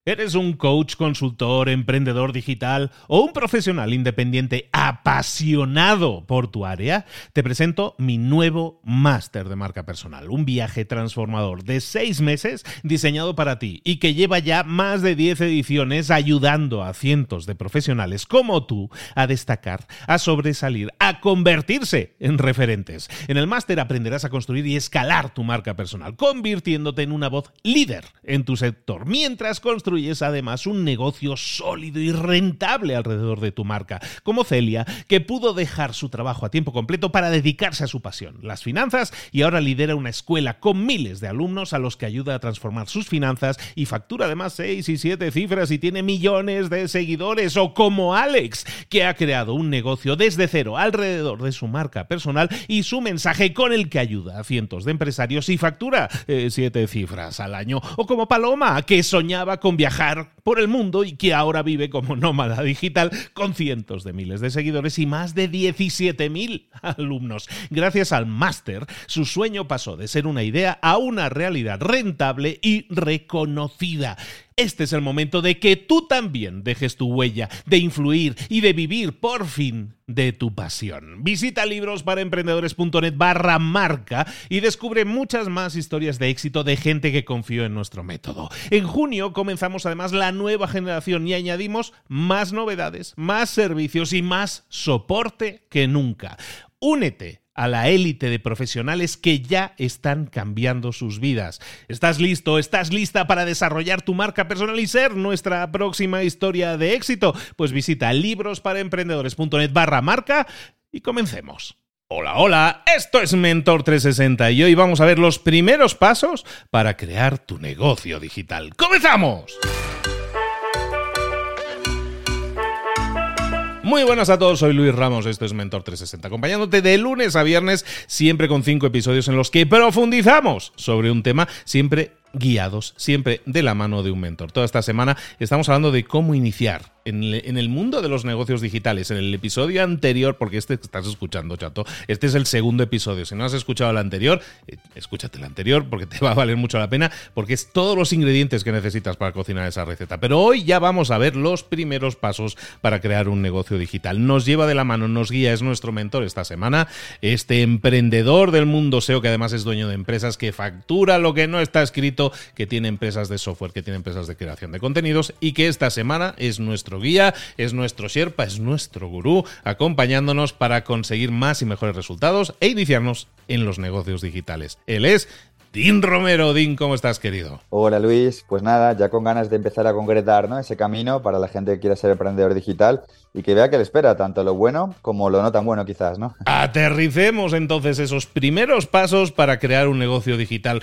¿Eres un coach, consultor, emprendedor digital o un profesional independiente apasionado por tu área? Te presento mi nuevo máster de marca personal, un viaje transformador de 6 meses diseñado para ti y que lleva ya más de 10 ediciones ayudando a cientos de profesionales como tú a destacar, a sobresalir, a convertirse en referentes. En el máster aprenderás a construir y escalar tu marca personal, convirtiéndote en una voz líder en tu sector, mientras construyes además un negocio sólido y rentable alrededor de tu marca, como Celia, que pudo dejar su trabajo a tiempo completo para dedicarse a su pasión, las finanzas, y ahora lidera una escuela con miles de alumnos a los que ayuda a transformar sus finanzas y factura además 6 y 7 cifras y tiene millones de seguidores. O como Alex, que ha creado un negocio desde cero alrededor de su marca personal y su mensaje, con el que ayuda a cientos de empresarios y factura 7 cifras al año. O como Paloma, que soñaba con viajar por el mundo y que ahora vive como nómada digital con cientos de miles de seguidores y más de 17.000 alumnos. Gracias al máster, su sueño pasó de ser una idea a una realidad rentable y reconocida. Este es el momento de que tú también dejes tu huella, de influir y de vivir por fin de tu pasión. Visita librosparaemprendedores.net/marca y descubre muchas más historias de éxito de gente que confió en nuestro método. En junio comenzamos además la nueva generación y añadimos más novedades, más servicios y más soporte que nunca. Únete a la élite de profesionales que ya están cambiando sus vidas. ¿Estás listo? ¿Estás lista para desarrollar tu marca personal y ser nuestra próxima historia de éxito? Pues visita librosparaemprendedores.net/marca y comencemos. Hola, esto es Mentor 360 y hoy vamos a ver los primeros pasos para crear tu negocio digital. ¡Comenzamos! Muy buenas a todos, soy Luis Ramos, esto es Mentor 360, acompañándote de lunes a viernes, siempre con 5 episodios en los que profundizamos sobre un tema, siempre guiados, siempre de la mano de un mentor. Toda esta semana estamos hablando de cómo iniciar en el mundo de los negocios digitales. En el episodio anterior, porque este que estás escuchando, chato, este es el segundo episodio. Si no has escuchado el anterior, escúchate el anterior porque te va a valer mucho la pena, porque es todos los ingredientes que necesitas para cocinar esa receta. Pero hoy ya vamos a ver los primeros pasos para crear un negocio digital. Nos lleva de la mano, nos guía, es nuestro mentor esta semana, este emprendedor del mundo SEO, que además es dueño de empresas, que factura lo que no está escrito, que tiene empresas de software, que tiene empresas de creación de contenidos y que esta semana es nuestro guía, es nuestro Sherpa, es nuestro gurú, acompañándonos para conseguir más y mejores resultados e iniciarnos en los negocios digitales. Él es Dean Romero. Dean, ¿cómo estás, querido? Hola, Luis. Pues nada, ya con ganas de empezar a concretar, ¿no?, ese camino para la gente que quiera ser emprendedor digital y que vea que le espera tanto lo bueno como lo no tan bueno, quizás, ¿no? Aterricemos entonces esos primeros pasos para crear un negocio digital.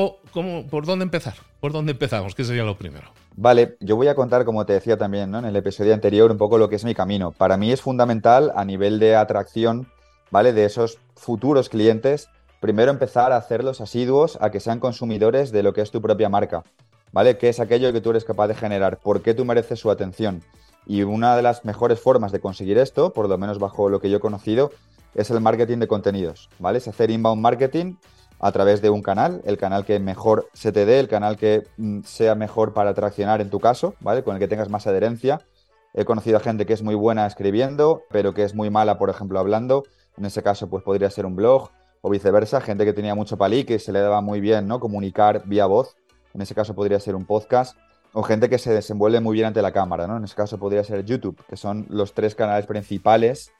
¿Por dónde empezar? ¿Por dónde empezamos? ¿Qué sería lo primero? Vale, yo voy a contar, como te decía también, ¿no?, en el episodio anterior, un poco lo que es mi camino. Para mí es fundamental a nivel de atracción, ¿vale?, de esos futuros clientes. Primero empezar a hacerlos asiduos, a que sean consumidores de lo que es tu propia marca, ¿vale? ¿Qué es aquello que tú eres capaz de generar? ¿Por qué tú mereces su atención? Y una de las mejores formas de conseguir esto, por lo menos bajo lo que yo he conocido, es el marketing de contenidos, ¿vale? Es hacer inbound marketing a través de un canal, el canal que mejor se te dé, el canal que sea mejor para atraccionar en tu caso, ¿vale?, con el que tengas más adherencia. He conocido a gente que es muy buena escribiendo, pero que es muy mala, por ejemplo, hablando. En ese caso, pues podría ser un blog. O viceversa, gente que tenía mucho palí, que se le daba muy bien, ¿no?, comunicar vía voz. En ese caso podría ser un podcast. O gente que se desenvuelve muy bien ante la cámara, ¿no? En ese caso podría ser YouTube, que son los 3 canales principales.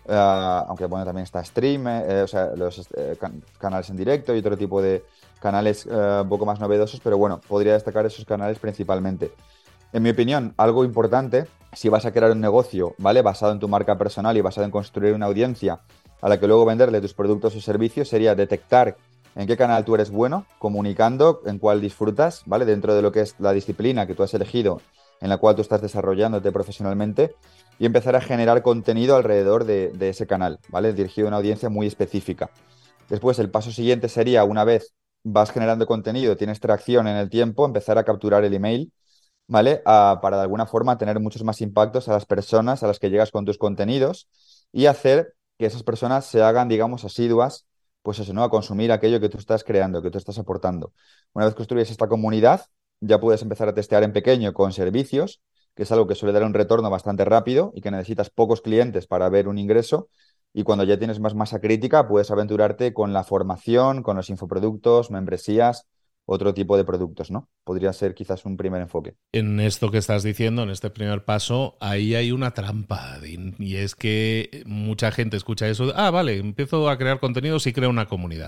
Aunque bueno, también está Stream, o sea, los canales en directo y otro tipo de canales un poco más novedosos. Pero bueno, podría destacar esos canales principalmente. En mi opinión, algo importante, si vas a crear un negocio, ¿vale?, basado en tu marca personal y basado en construir una audiencia a la que luego venderle tus productos o servicios, sería detectar en qué canal tú eres bueno, comunicando, en cuál disfrutas, ¿vale?, dentro de lo que es la disciplina que tú has elegido, en la cual tú estás desarrollándote profesionalmente, y empezar a generar contenido alrededor de ese canal, ¿vale?, dirigido a una audiencia muy específica. Después, el paso siguiente sería, una vez vas generando contenido, tienes tracción en el tiempo, empezar a capturar el email, ¿vale?, para de alguna forma tener muchos más impactos a las personas a las que llegas con tus contenidos y hacer que esas personas se hagan, digamos, asiduas, pues eso, ¿no?, a consumir aquello que tú estás creando, que tú estás aportando. Una vez construyes esta comunidad, ya puedes empezar a testear en pequeño con servicios, que es algo que suele dar un retorno bastante rápido y que necesitas pocos clientes para ver un ingreso. Y cuando ya tienes más masa crítica, puedes aventurarte con la formación, con los infoproductos, membresías, otro tipo de productos, ¿no? Podría ser quizás un primer enfoque. En esto que estás diciendo, en este primer paso, ahí hay una trampa, Dean, y es que mucha gente escucha eso, vale, empiezo a crear contenidos y creo una comunidad,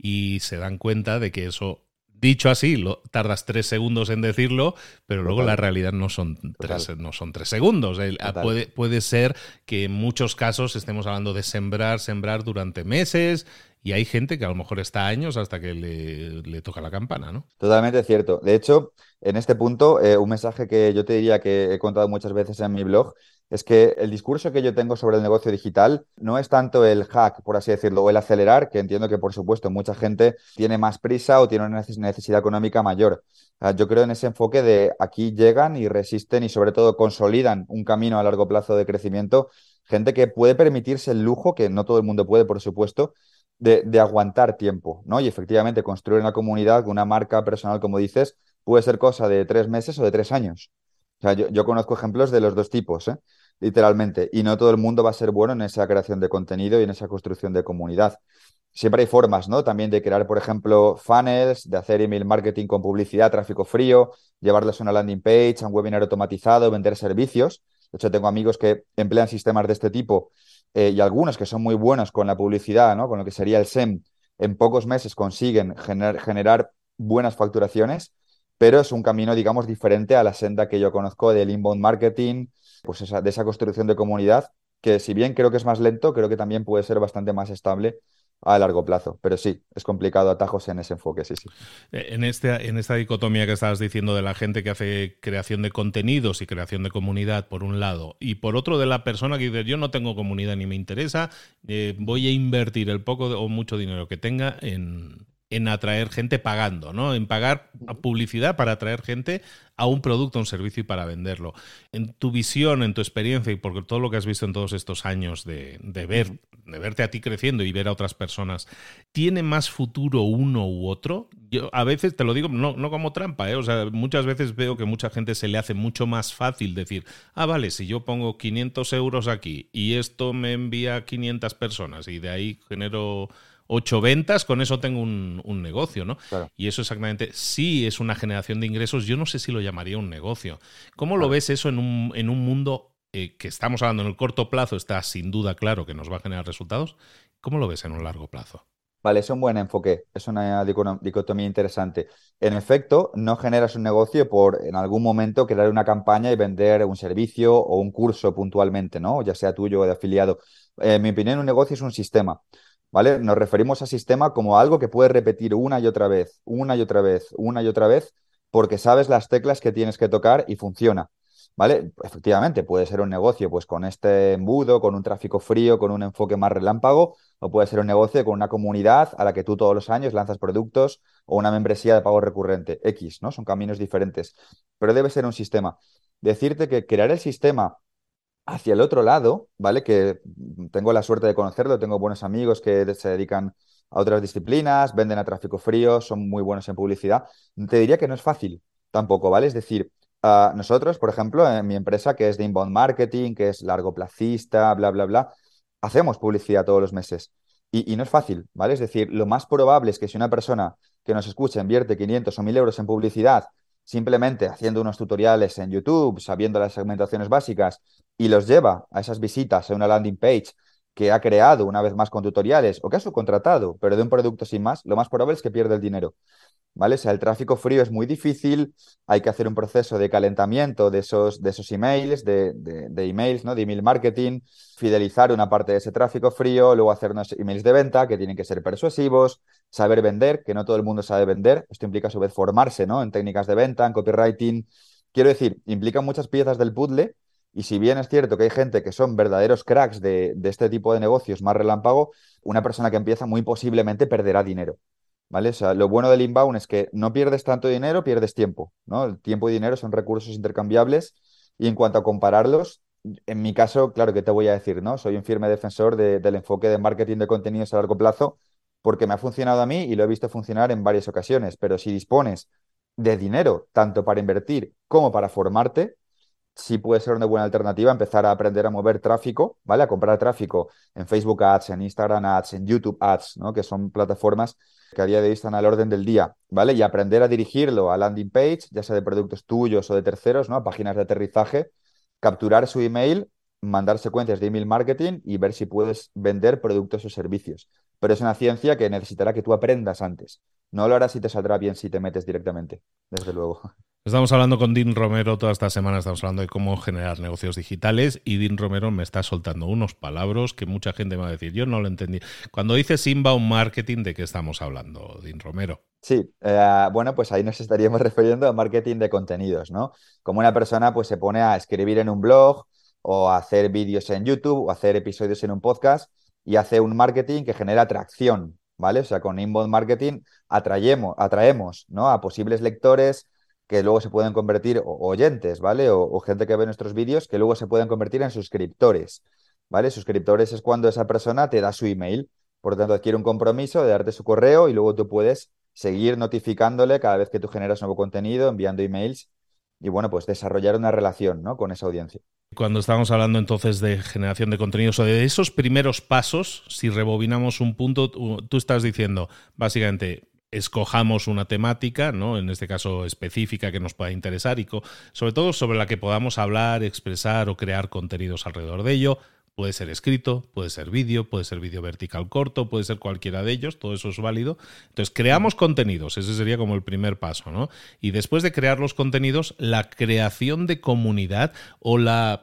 y se dan cuenta de que eso, dicho así, tardas 3 segundos en decirlo, pero luego la Total, realidad total, no son 3 segundos. total. Puede ser que en muchos casos estemos hablando de sembrar durante meses, y hay gente que a lo mejor está años hasta que le toca la campana, ¿no? Totalmente cierto. De hecho, en este punto, un mensaje que yo te diría que he contado muchas veces en mi blog es que el discurso que yo tengo sobre el negocio digital no es tanto el hack, por así decirlo, o el acelerar, que entiendo que, por supuesto, mucha gente tiene más prisa o tiene una necesidad económica mayor. Yo creo en ese enfoque de aquí llegan y resisten y, sobre todo, consolidan un camino a largo plazo de crecimiento. Gente que puede permitirse el lujo, que no todo el mundo puede, por supuesto, de aguantar tiempo, ¿no? Y efectivamente construir una comunidad, una marca personal, como dices, puede ser cosa de 3 meses o de 3 años. O sea, yo conozco ejemplos de los dos tipos, ¿eh? Literalmente, y no todo el mundo va a ser bueno en esa creación de contenido y en esa construcción de comunidad. Siempre hay formas, ¿no? También de crear, por ejemplo, funnels, de hacer email marketing con publicidad, tráfico frío, llevarlos a una landing page, a un webinar automatizado, vender servicios. De hecho, tengo amigos que emplean sistemas de este tipo y algunos que son muy buenos con la publicidad, ¿no? Con lo que sería el SEM, en pocos meses consiguen generar buenas facturaciones, pero es un camino, digamos, diferente a la senda que yo conozco del inbound marketing, pues de esa construcción de comunidad, que si bien creo que es más lento, creo que también puede ser bastante más estable a largo plazo. Pero sí, es complicado atajos en ese enfoque, sí, sí. En esta dicotomía que estabas diciendo de la gente que hace creación de contenidos y creación de comunidad, por un lado, y por otro de la persona que dice, yo no tengo comunidad ni me interesa, voy a invertir el poco o mucho dinero que tenga en atraer gente pagando, ¿no? En pagar publicidad para atraer gente a un producto, a un servicio y para venderlo. En tu visión, en tu experiencia y por todo lo que has visto en todos estos años de verte a ti creciendo y ver a otras personas, ¿tiene más futuro uno u otro? Yo a veces te lo digo, no como trampa, ¿eh? O sea, muchas veces veo que mucha gente se le hace mucho más fácil decir, vale, si yo pongo 500 euros aquí y esto me envía 500 personas y de ahí genero 8 ventas, con eso tengo un negocio, ¿no? Claro, Y eso exactamente sí es una generación de ingresos. Yo no sé si lo llamaría un negocio. ¿Cómo lo claro. ves eso en un mundo que estamos hablando en el corto plazo? Está sin duda claro que nos va a generar resultados. ¿Cómo lo ves en un largo plazo? Vale, es un buen enfoque, es una dicotomía interesante. En efecto, no generas un negocio por en algún momento crear una campaña y vender un servicio o un curso puntualmente, ¿no? Ya sea tuyo o de afiliado. En mi opinión, un negocio es un sistema, ¿vale? Nos referimos a sistema como algo que puedes repetir una y otra vez, una y otra vez, una y otra vez, porque sabes las teclas que tienes que tocar y funciona. ¿Vale? Efectivamente, puede ser un negocio pues con este embudo, con un tráfico frío, con un enfoque más relámpago, o puede ser un negocio con una comunidad a la que tú todos los años lanzas productos o una membresía de pago recurrente. X, ¿no? Son caminos diferentes. Pero debe ser un sistema. Decirte que crear el sistema hacia el otro lado, ¿vale? Que tengo la suerte de conocerlo, tengo buenos amigos que se dedican a otras disciplinas, venden a tráfico frío, son muy buenos en publicidad. Te diría que no es fácil tampoco, ¿vale? Es decir, nosotros, por ejemplo, en mi empresa, que es de inbound marketing, que es largoplacista, bla, bla, bla, hacemos publicidad todos los meses. Y no es fácil, ¿vale? Es decir, lo más probable es que si una persona que nos escucha invierte 500 o 1000 euros en publicidad, simplemente haciendo unos tutoriales en YouTube, sabiendo las segmentaciones básicas, y los lleva a esas visitas a una landing page que ha creado una vez más con tutoriales o que ha subcontratado, pero de un producto sin más, lo más probable es que pierda el dinero. ¿Vale? O sea, el tráfico frío es muy difícil, hay que hacer un proceso de calentamiento de esos emails, de emails, ¿no? De email marketing, fidelizar una parte de ese tráfico frío, luego hacer unos emails de venta que tienen que ser persuasivos, saber vender, que no todo el mundo sabe vender. Esto implica a su vez formarse, ¿no? En técnicas de venta, en copywriting. Quiero decir, implica muchas piezas del puzzle y si bien es cierto que hay gente que son verdaderos cracks de este tipo de negocios más relámpago, una persona que empieza muy posiblemente perderá dinero. ¿Vale? O sea, lo bueno del inbound es que no pierdes tanto dinero, pierdes tiempo, ¿no? El tiempo y dinero son recursos intercambiables y en cuanto a compararlos, en mi caso, claro que te voy a decir, ¿no? Soy un firme defensor del enfoque de marketing de contenidos a largo plazo porque me ha funcionado a mí y lo he visto funcionar en varias ocasiones, pero si dispones de dinero, tanto para invertir como para formarte, sí puede ser una buena alternativa empezar a aprender a mover tráfico, ¿vale? A comprar tráfico en Facebook Ads, en Instagram Ads, en YouTube Ads, ¿no? Que son plataformas que a día de hoy están al orden del día, ¿vale? Y aprender a dirigirlo a landing page, ya sea de productos tuyos o de terceros, ¿no? A páginas de aterrizaje, capturar su email, mandar secuencias de email marketing y ver si puedes vender productos o servicios. Pero es una ciencia que necesitará que tú aprendas antes. No lo harás si te saldrá bien si te metes directamente, desde luego. Estamos hablando con Dean Romero toda esta semana, estamos hablando de cómo generar negocios digitales y Dean Romero me está soltando unos palabras que mucha gente me va a decir, yo no lo entendí. Cuando dices inbound marketing, ¿de qué estamos hablando, Dean Romero? Sí, bueno, pues ahí nos estaríamos refiriendo a marketing de contenidos, ¿no? Como una persona pues se pone a escribir en un blog o a hacer vídeos en YouTube o a hacer episodios en un podcast y hace un marketing que genera atracción, ¿vale? O sea, con inbound marketing atraemos, ¿no? A posibles lectores que luego se pueden convertir, o oyentes, ¿vale? O gente que ve nuestros vídeos que luego se pueden convertir en suscriptores, ¿vale? Suscriptores es cuando esa persona te da su email, por lo tanto adquiere un compromiso de darte su correo y luego tú puedes seguir notificándole cada vez que tú generas nuevo contenido, enviando emails y, bueno, pues desarrollar una relación, ¿no? Con esa audiencia. Cuando estábamos hablando entonces de generación de contenidos o de esos primeros pasos, si rebobinamos un punto, tú estás diciendo, básicamente, escojamos una temática, ¿no? En este caso específica que nos pueda interesar y sobre todo sobre la que podamos hablar, expresar o crear contenidos alrededor de ello. Puede ser escrito, puede ser vídeo vertical corto, puede ser cualquiera de ellos, todo eso es válido. Entonces, creamos contenidos, ese sería como el primer paso, ¿no? Y después de crear los contenidos, la creación de comunidad o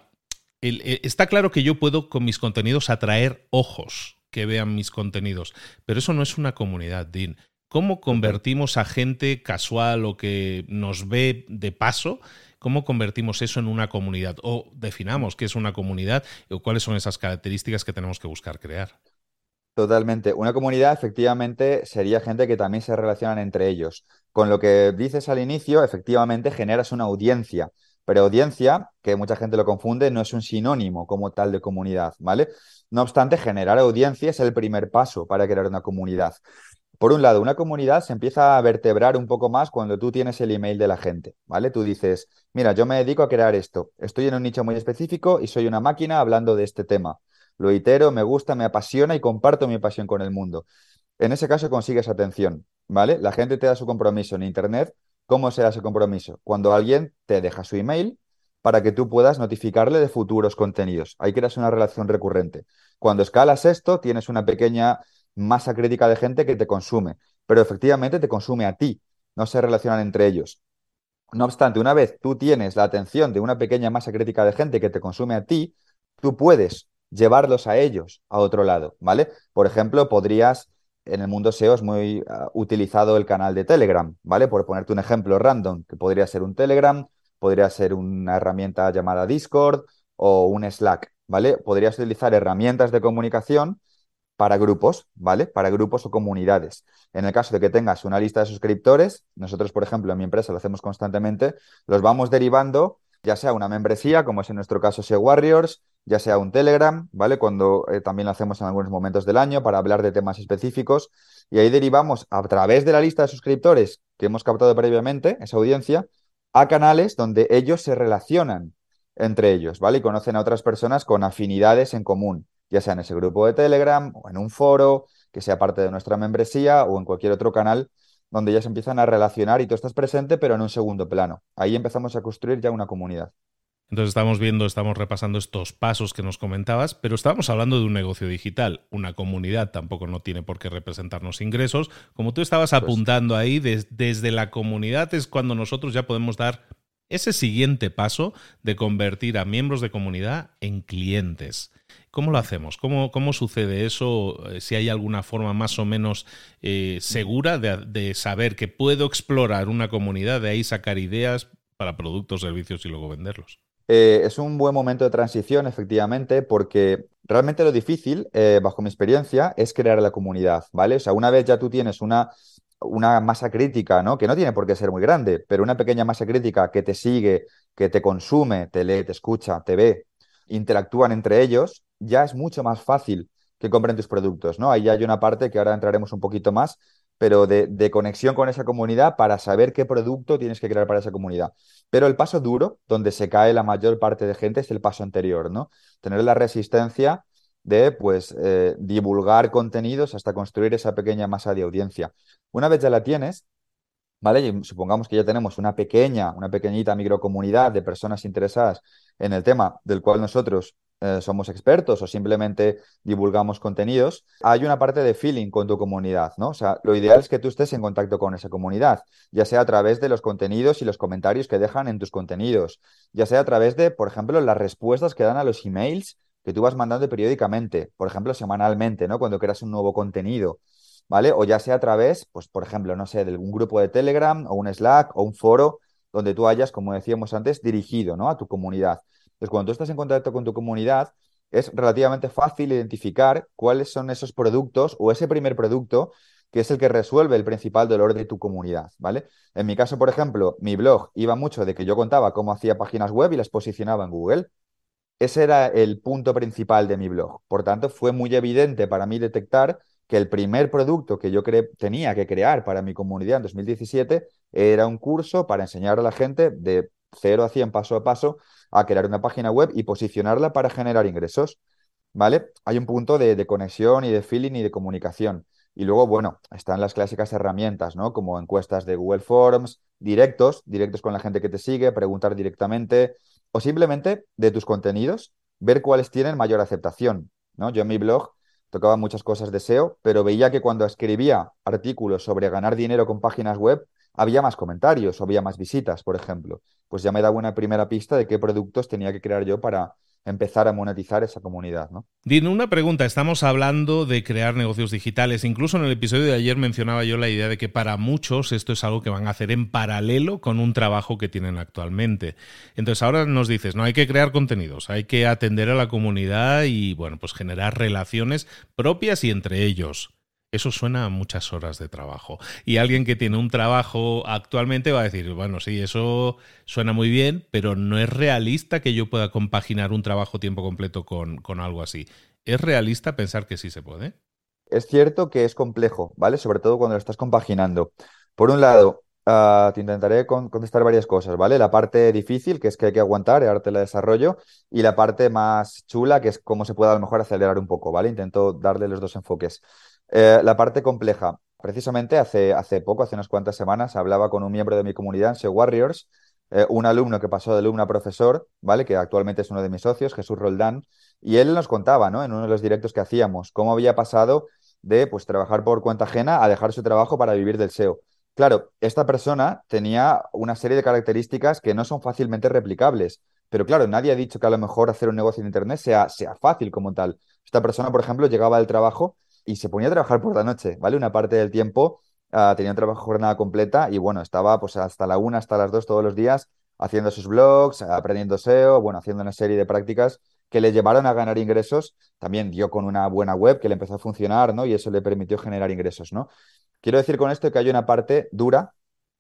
está claro que yo puedo con mis contenidos atraer ojos que vean mis contenidos, pero eso no es una comunidad, Dean. ¿Cómo convertimos a gente casual o que nos ve de paso? ¿Cómo convertimos eso en una comunidad? O definamos qué es una comunidad o cuáles son esas características que tenemos que buscar crear. Totalmente. Una comunidad efectivamente sería gente que también se relacionan entre ellos. Con lo que dices al inicio, efectivamente generas una audiencia, pero audiencia, que mucha gente lo confunde, no es un sinónimo como tal de comunidad, ¿vale? No obstante, generar audiencia es el primer paso para crear una comunidad. Por un lado, una comunidad se empieza a vertebrar un poco más cuando tú tienes el email de la gente, ¿vale? Tú dices, mira, yo me dedico a crear esto, estoy en un nicho muy específico y soy una máquina hablando de este tema. Lo itero, me gusta, me apasiona y comparto mi pasión con el mundo. En ese caso consigues atención, ¿vale? La gente te da su compromiso en Internet. ¿Cómo se da ese compromiso? Cuando alguien te deja su email para que tú puedas notificarle de futuros contenidos. Ahí creas una relación recurrente. Cuando escalas esto, tienes una pequeña masa crítica de gente que te consume, pero efectivamente te consume a ti, no se relacionan entre ellos. No obstante, una vez tú tienes la atención de una pequeña masa crítica de gente que te consume a ti, tú puedes llevarlos a ellos a otro lado, ¿vale? Por ejemplo, podrías, en el mundo SEO es muy utilizado el canal de Telegram, ¿vale? Por ponerte un ejemplo random, que podría ser un Telegram, podría ser una herramienta llamada Discord o un Slack, ¿vale? Podrías utilizar herramientas de comunicación para grupos, ¿vale? Para grupos o comunidades. En el caso de que tengas una lista de suscriptores, nosotros, por ejemplo, en mi empresa lo hacemos constantemente, los vamos derivando, ya sea una membresía, como es en nuestro caso SEO Warriors, ya sea un Telegram, ¿vale? Cuando también lo hacemos en algunos momentos del año para hablar de temas específicos. Y ahí derivamos a través de la lista de suscriptores que hemos captado previamente, esa audiencia, a canales donde ellos se relacionan entre ellos, ¿vale? Y conocen a otras personas con afinidades en común, ya sea en ese grupo de Telegram o en un foro, que sea parte de nuestra membresía o en cualquier otro canal donde ya se empiezan a relacionar y tú estás presente, pero en un segundo plano. Ahí empezamos a construir ya una comunidad. Entonces estamos repasando estos pasos que nos comentabas, pero estábamos hablando de un negocio digital. Una comunidad tampoco no tiene por qué representarnos ingresos. Como tú estabas apuntando ahí, desde la comunidad es cuando nosotros ya podemos dar ese siguiente paso de convertir a miembros de comunidad en clientes. ¿Cómo lo hacemos? ¿Cómo sucede eso? Si hay alguna forma más o menos segura de saber que puedo explorar una comunidad, de ahí sacar ideas para productos, servicios y luego venderlos. Es un buen momento de transición, efectivamente, porque realmente lo difícil, bajo mi experiencia, es crear la comunidad, ¿vale? O sea, una vez ya tú tienes una masa crítica, ¿no? Que no tiene por qué ser muy grande, pero una pequeña masa crítica que te sigue, que te consume, te lee, te escucha, te ve, interactúan entre ellos, ya es mucho más fácil que compren tus productos, ¿no? Ahí ya hay una parte que ahora entraremos un poquito más, pero de conexión con esa comunidad para saber qué producto tienes que crear para esa comunidad. Pero el paso duro, donde se cae la mayor parte de gente, es el paso anterior, ¿no? Tener la resistencia de, pues, divulgar contenidos hasta construir esa pequeña masa de audiencia. Una vez ya la tienes, ¿vale? Y supongamos que ya tenemos una pequeñita microcomunidad de personas interesadas en el tema del cual nosotros somos expertos o simplemente divulgamos contenidos. Hay una parte de feeling con tu comunidad, ¿no? O sea, lo ideal es que tú estés en contacto con esa comunidad, ya sea a través de los contenidos y los comentarios que dejan en tus contenidos, ya sea a través de, por ejemplo, las respuestas que dan a los emails que tú vas mandando periódicamente, por ejemplo, semanalmente, ¿no? Cuando creas un nuevo contenido. ¿Vale? O ya sea a través, pues, por ejemplo, no sé, de algún grupo de Telegram o un Slack o un foro donde tú hayas, como decíamos antes, dirigido, ¿no? A tu comunidad. Entonces, cuando tú estás en contacto con tu comunidad, es relativamente fácil identificar cuáles son esos productos o ese primer producto que es el que resuelve el principal dolor de tu comunidad, ¿vale? En mi caso, por ejemplo, mi blog iba mucho de que yo contaba cómo hacía páginas web y las posicionaba en Google. Ese era el punto principal de mi blog. Por tanto, fue muy evidente para mí detectar que el primer producto que yo tenía que crear para mi comunidad en 2017 era un curso para enseñar a la gente de 0 a 100 paso a paso a crear una página web y posicionarla para generar ingresos. ¿Vale? Hay un punto de conexión y de feeling y de comunicación. Y luego, bueno, están las clásicas herramientas, ¿no? Como encuestas de Google Forms, directos con la gente que te sigue, preguntar directamente, o simplemente de tus contenidos, ver cuáles tienen mayor aceptación, ¿no? Yo en mi blog tocaba muchas cosas de SEO, pero veía que cuando escribía artículos sobre ganar dinero con páginas web, había más comentarios o había más visitas, por ejemplo. Pues ya me daba una primera pista de qué productos tenía que crear yo para empezar a monetizar esa comunidad, ¿no? Dino, una pregunta. Estamos hablando de crear negocios digitales. Incluso en el episodio de ayer mencionaba yo la idea de que para muchos esto es algo que van a hacer en paralelo con un trabajo que tienen actualmente. Entonces ahora nos dices, no hay que crear contenidos, hay que atender a la comunidad y, bueno, pues generar relaciones propias y entre ellos. Eso suena a muchas horas de trabajo. Y alguien que tiene un trabajo actualmente va a decir, bueno, sí, eso suena muy bien, pero no es realista que yo pueda compaginar un trabajo tiempo completo con algo así. ¿Es realista pensar que sí se puede? Es cierto que es complejo, ¿vale? Sobre todo cuando lo estás compaginando. Por un lado, te intentaré contestar varias cosas, ¿vale? La parte difícil, que es que hay que aguantar y darte el desarrollo, y la parte más chula, que es cómo se puede a lo mejor acelerar un poco, ¿vale? Intento darle los dos enfoques. La parte compleja, precisamente hace poco, hace unas cuantas semanas, hablaba con un miembro de mi comunidad en SEO Warriors, un alumno que pasó de alumno a profesor, ¿vale? Que actualmente es uno de mis socios, Jesús Roldán, y él nos contaba, ¿no? En uno de los directos que hacíamos, cómo había pasado de pues trabajar por cuenta ajena a dejar su trabajo para vivir del SEO. Claro, esta persona tenía una serie de características que no son fácilmente replicables, pero claro, nadie ha dicho que a lo mejor hacer un negocio en Internet sea fácil como tal. Esta persona, por ejemplo, llegaba del trabajo y se ponía a trabajar por la noche, ¿vale? Una parte del tiempo tenía un trabajo jornada completa y bueno, estaba pues hasta la 1, hasta las 2 todos los días haciendo sus blogs, aprendiendo SEO, bueno, haciendo una serie de prácticas que le llevaron a ganar ingresos. También dio con una buena web que le empezó a funcionar, ¿no? Y eso le permitió generar ingresos, ¿no? Quiero decir con esto que hay una parte dura,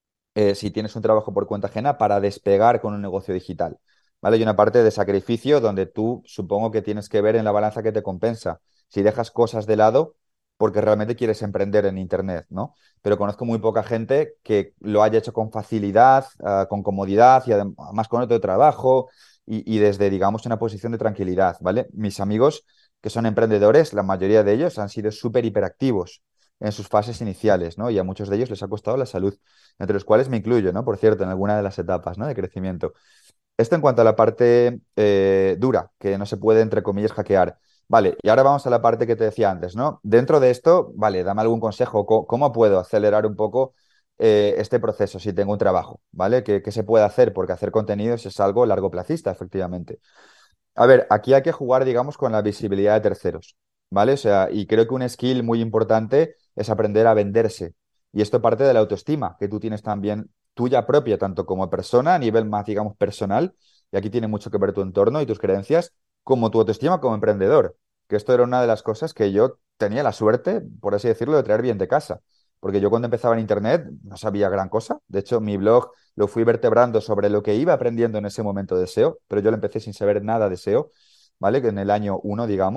si tienes un trabajo por cuenta ajena, para despegar con un negocio digital, ¿vale? Hay una parte de sacrificio donde tú supongo que tienes que ver en la balanza que te compensa. Si dejas cosas de lado porque realmente quieres emprender en Internet, ¿no? Pero conozco muy poca gente que lo haya hecho con facilidad, con comodidad y además con otro trabajo y desde, digamos, una posición de tranquilidad, ¿vale? Mis amigos que son emprendedores, la mayoría de ellos han sido súper hiperactivos en sus fases iniciales, ¿no? Y a muchos de ellos les ha costado la salud, entre los cuales me incluyo, ¿no? Por cierto, en alguna de las etapas, ¿no? De crecimiento. Esto en cuanto a la parte dura, que no se puede, entre comillas, hackear. Vale, y ahora vamos a la parte que te decía antes, ¿no? Dentro de esto, vale, dame algún consejo. ¿Cómo puedo acelerar un poco este proceso si tengo un trabajo? ¿Vale? ¿Qué se puede hacer? Porque hacer contenidos es algo largoplacista, efectivamente. A ver, aquí hay que jugar, digamos, con la visibilidad de terceros, ¿vale? O sea, y creo que un skill muy importante es aprender a venderse. Y esto parte de la autoestima que tú tienes también tuya propia, tanto como persona, a nivel más, digamos, personal, y aquí tiene mucho que ver tu entorno y tus creencias, como tu autoestima como emprendedor. Que esto era una de las cosas que yo tenía la suerte, por así decirlo, de traer bien de casa. Porque yo cuando empezaba en Internet no sabía gran cosa. De hecho, mi blog lo fui vertebrando sobre lo que iba aprendiendo en ese momento de SEO, pero yo lo empecé sin saber nada de SEO, ¿vale? Que en el año 1, digamos.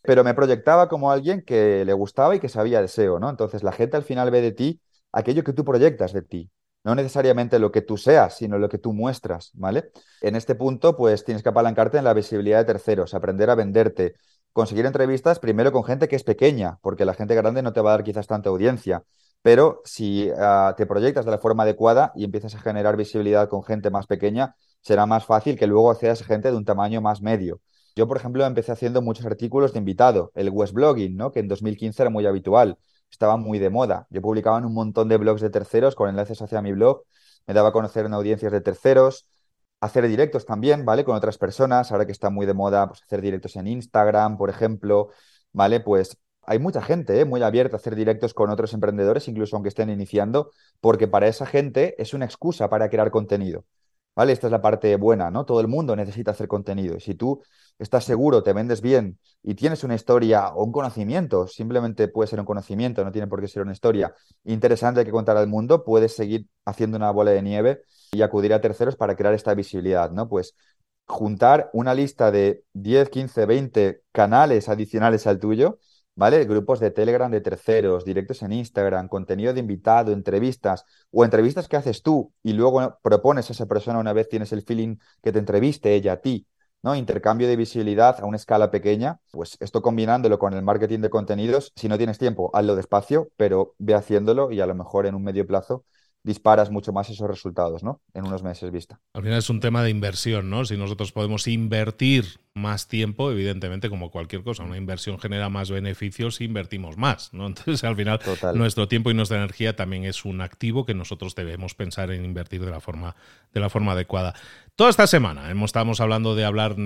pero me proyectaba como alguien que le gustaba y que sabía de SEO, ¿no? Entonces la gente al final ve de ti aquello que tú proyectas de ti. No necesariamente lo que tú seas, sino lo que tú muestras, ¿vale? En este punto, pues tienes que apalancarte en la visibilidad de terceros, aprender a venderte, conseguir entrevistas primero con gente que es pequeña, porque la gente grande no te va a dar quizás tanta audiencia. Pero si te proyectas de la forma adecuada y empiezas a generar visibilidad con gente más pequeña, será más fácil que luego accedas a gente de un tamaño más medio. Yo, por ejemplo, empecé haciendo muchos artículos de invitado, el Westblogging, ¿no? Que en 2015 era muy habitual, estaba muy de moda. Yo publicaba en un montón de blogs de terceros con enlaces hacia mi blog, me daba a conocer en audiencias de terceros, hacer directos también, ¿vale? Con otras personas, ahora que está muy de moda, pues hacer directos en Instagram, por ejemplo, ¿vale? Pues hay mucha gente, muy abierta a hacer directos con otros emprendedores, incluso aunque estén iniciando, porque para esa gente es una excusa para crear contenido. ¿Vale? Esta es la parte buena, ¿no? Todo el mundo necesita hacer contenido. Y si tú estás seguro, te vendes bien y tienes una historia o un conocimiento, simplemente puede ser un conocimiento, no tiene por qué ser una historia interesante que contar al mundo, puedes seguir haciendo una bola de nieve y acudir a terceros para crear esta visibilidad, ¿no? Pues juntar una lista de 10, 15, 20 canales adicionales al tuyo, ¿vale? Grupos de Telegram de terceros, directos en Instagram, contenido de invitado, entrevistas o entrevistas que haces tú y luego propones a esa persona una vez tienes el feeling que te entreviste ella a ti, ¿no? Intercambio de visibilidad a una escala pequeña, pues esto combinándolo con el marketing de contenidos, si no tienes tiempo, hazlo despacio, pero ve haciéndolo y a lo mejor en un medio plazo disparas mucho más esos resultados, ¿no? En unos meses vista. Al final es un tema de inversión, ¿no? Si nosotros podemos invertir más tiempo, evidentemente, como cualquier cosa, una inversión genera más beneficios si invertimos más, ¿no? Entonces, al final, Total. nuestro tiempo y nuestra energía también es un activo que nosotros debemos pensar en invertir de la forma adecuada. Toda esta semana estábamos hablando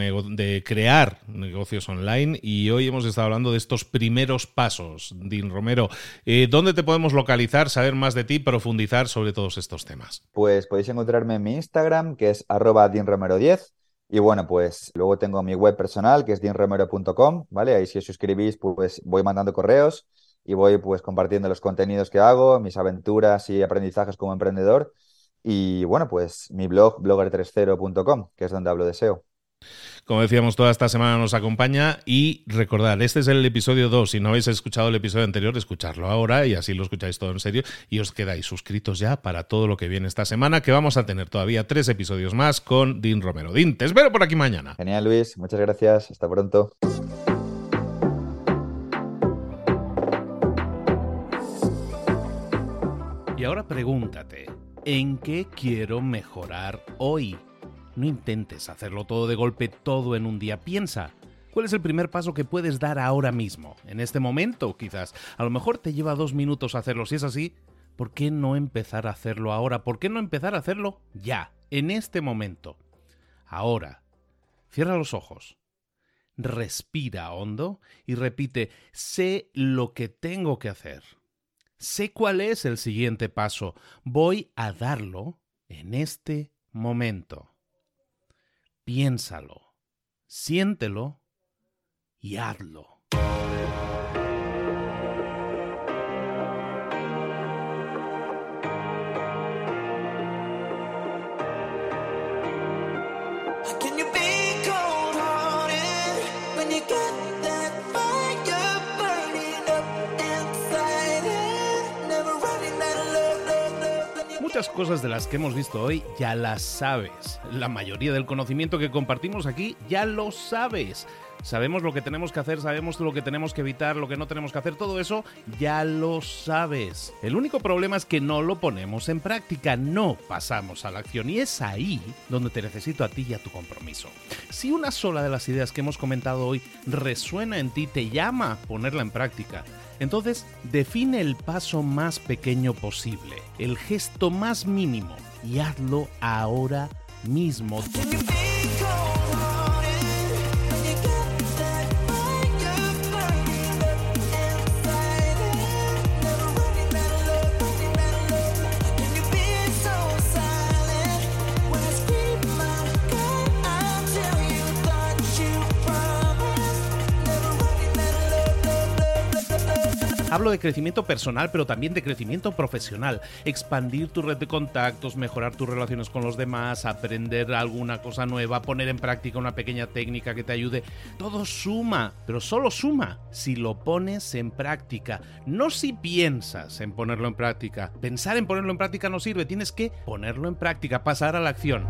de crear negocios online y hoy hemos estado hablando de estos primeros pasos. Dean Romero, ¿dónde te podemos localizar, saber más de ti, profundizar sobre todos estos temas? Pues podéis encontrarme en mi Instagram, que es @dinromero10. Y bueno, pues luego tengo mi web personal, que es dinromero.com, ¿vale? Ahí si os suscribís, pues voy mandando correos y voy pues compartiendo los contenidos que hago, mis aventuras y aprendizajes como emprendedor. Y bueno, pues mi blog, blogger30.com, que es donde hablo de SEO. Como decíamos, toda esta semana nos acompaña y recordad, este es el episodio 2. Si no habéis escuchado el episodio anterior, escucharlo ahora y así lo escucháis todo en serio y os quedáis suscritos ya para todo lo que viene esta semana, que vamos a tener todavía 3 episodios más con Dean Romero. Dean, te espero por aquí mañana. Genial, Luis. Muchas gracias. Hasta pronto. Y ahora pregúntate, ¿en qué quiero mejorar hoy? No intentes hacerlo todo de golpe, todo en un día. Piensa, ¿cuál es el primer paso que puedes dar ahora mismo? En este momento, quizás. A lo mejor te lleva 2 minutos hacerlo. Si es así, ¿por qué no empezar a hacerlo ahora? ¿Por qué no empezar a hacerlo ya, en este momento? Ahora, cierra los ojos, respira hondo y repite, sé lo que tengo que hacer. Sé cuál es el siguiente paso. Voy a darlo en este momento. Piénsalo, siéntelo y hazlo. Muchas cosas de las que hemos visto hoy ya las sabes. La mayoría del conocimiento que compartimos aquí ya lo sabes. Sabemos lo que tenemos que hacer, sabemos lo que tenemos que evitar, lo que no tenemos que hacer, todo eso ya lo sabes. El único problema es que no lo ponemos en práctica, no pasamos a la acción y es ahí donde te necesito a ti y a tu compromiso. Si una sola de las ideas que hemos comentado hoy resuena en ti, te llama a ponerla en práctica, entonces define el paso más pequeño posible, el gesto más mínimo y hazlo ahora mismo. Hablo de crecimiento personal, pero también de crecimiento profesional. Expandir tu red de contactos, mejorar tus relaciones con los demás, aprender alguna cosa nueva, poner en práctica una pequeña técnica que te ayude. Todo suma, pero solo suma si lo pones en práctica. No si piensas en ponerlo en práctica. Pensar en ponerlo en práctica no sirve, tienes que ponerlo en práctica, pasar a la acción.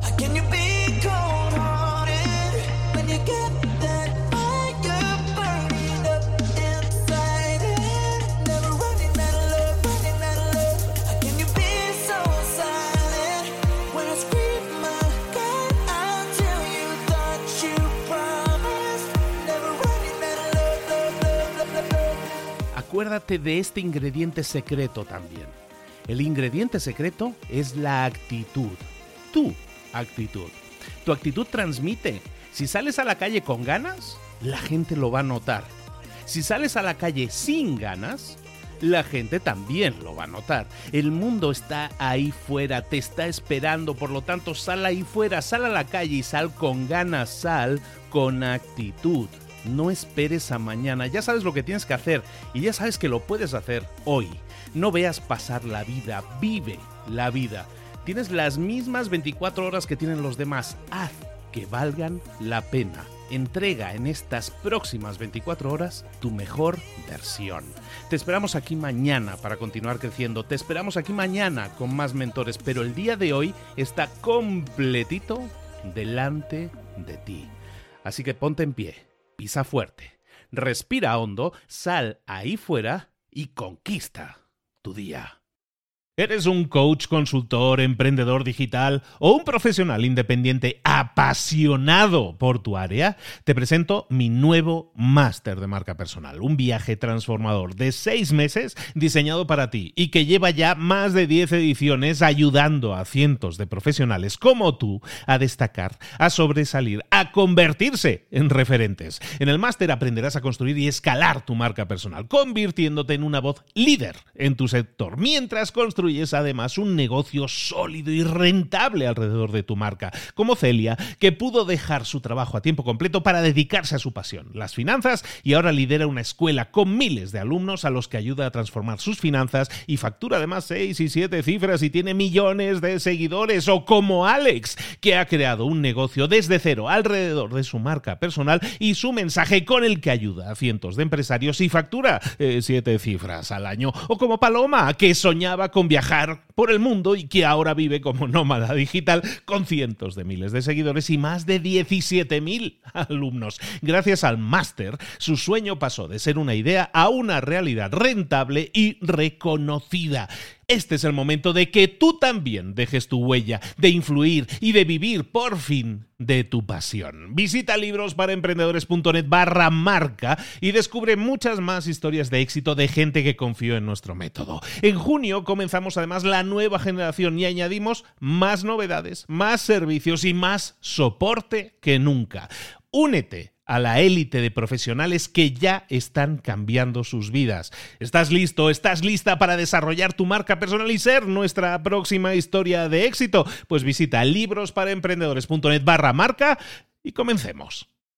Acuérdate de este ingrediente secreto también. El ingrediente secreto es la actitud. Tu actitud. Tu actitud transmite. Si sales a la calle con ganas, la gente lo va a notar. Si sales a la calle sin ganas, la gente también lo va a notar. El mundo está ahí fuera, te está esperando, por lo tanto sal ahí fuera, sal a la calle y sal con ganas, sal con actitud. No esperes a mañana, ya sabes lo que tienes que hacer y ya sabes que lo puedes hacer hoy. No veas pasar la vida, vive la vida. Tienes las mismas 24 horas que tienen los demás, haz que valgan la pena. Entrega en estas próximas 24 horas tu mejor versión. Te esperamos aquí mañana para continuar creciendo, te esperamos aquí mañana con más mentores, pero el día de hoy está completito delante de ti. Así que ponte en pie. Pisa fuerte, respira hondo, sal ahí fuera y conquista tu día. ¿Eres un coach, consultor, emprendedor digital o un profesional independiente apasionado por tu área? Te presento mi nuevo máster de marca personal, un viaje transformador de 6 meses diseñado para ti y que lleva ya más de 10 ediciones ayudando a cientos de profesionales como tú a destacar, a sobresalir, a convertirse en referentes. En el máster aprenderás a construir y escalar tu marca personal, convirtiéndote en una voz líder en tu sector, mientras construyes además un negocio sólido y rentable alrededor de tu marca, como Celia, que pudo dejar su trabajo a tiempo completo para dedicarse a su pasión, las finanzas, y ahora lidera una escuela con miles de alumnos a los que ayuda a transformar sus finanzas y factura además 6 y 7 cifras y tiene millones de seguidores, o como Alex, que ha creado un negocio desde cero alrededor de su marca personal y su mensaje con el que ayuda a cientos de empresarios y factura 7 cifras al año, o como Paloma, que soñaba con viajar por el mundo y que ahora vive como nómada digital con cientos de miles de seguidores y más de 17.000 alumnos. Gracias al máster, su sueño pasó de ser una idea a una realidad rentable y reconocida. Este es el momento de que tú también dejes tu huella, de influir y de vivir por fin de tu pasión. Visita librosparaemprendedores.net/marca y descubre muchas más historias de éxito de gente que confió en nuestro método. En junio comenzamos además la nueva generación y añadimos más novedades, más servicios y más soporte que nunca. Únete a la élite de profesionales que ya están cambiando sus vidas. ¿Estás listo? ¿Estás lista para desarrollar tu marca personal y ser nuestra próxima historia de éxito? Pues visita librosparaemprendedores.net/marca y comencemos.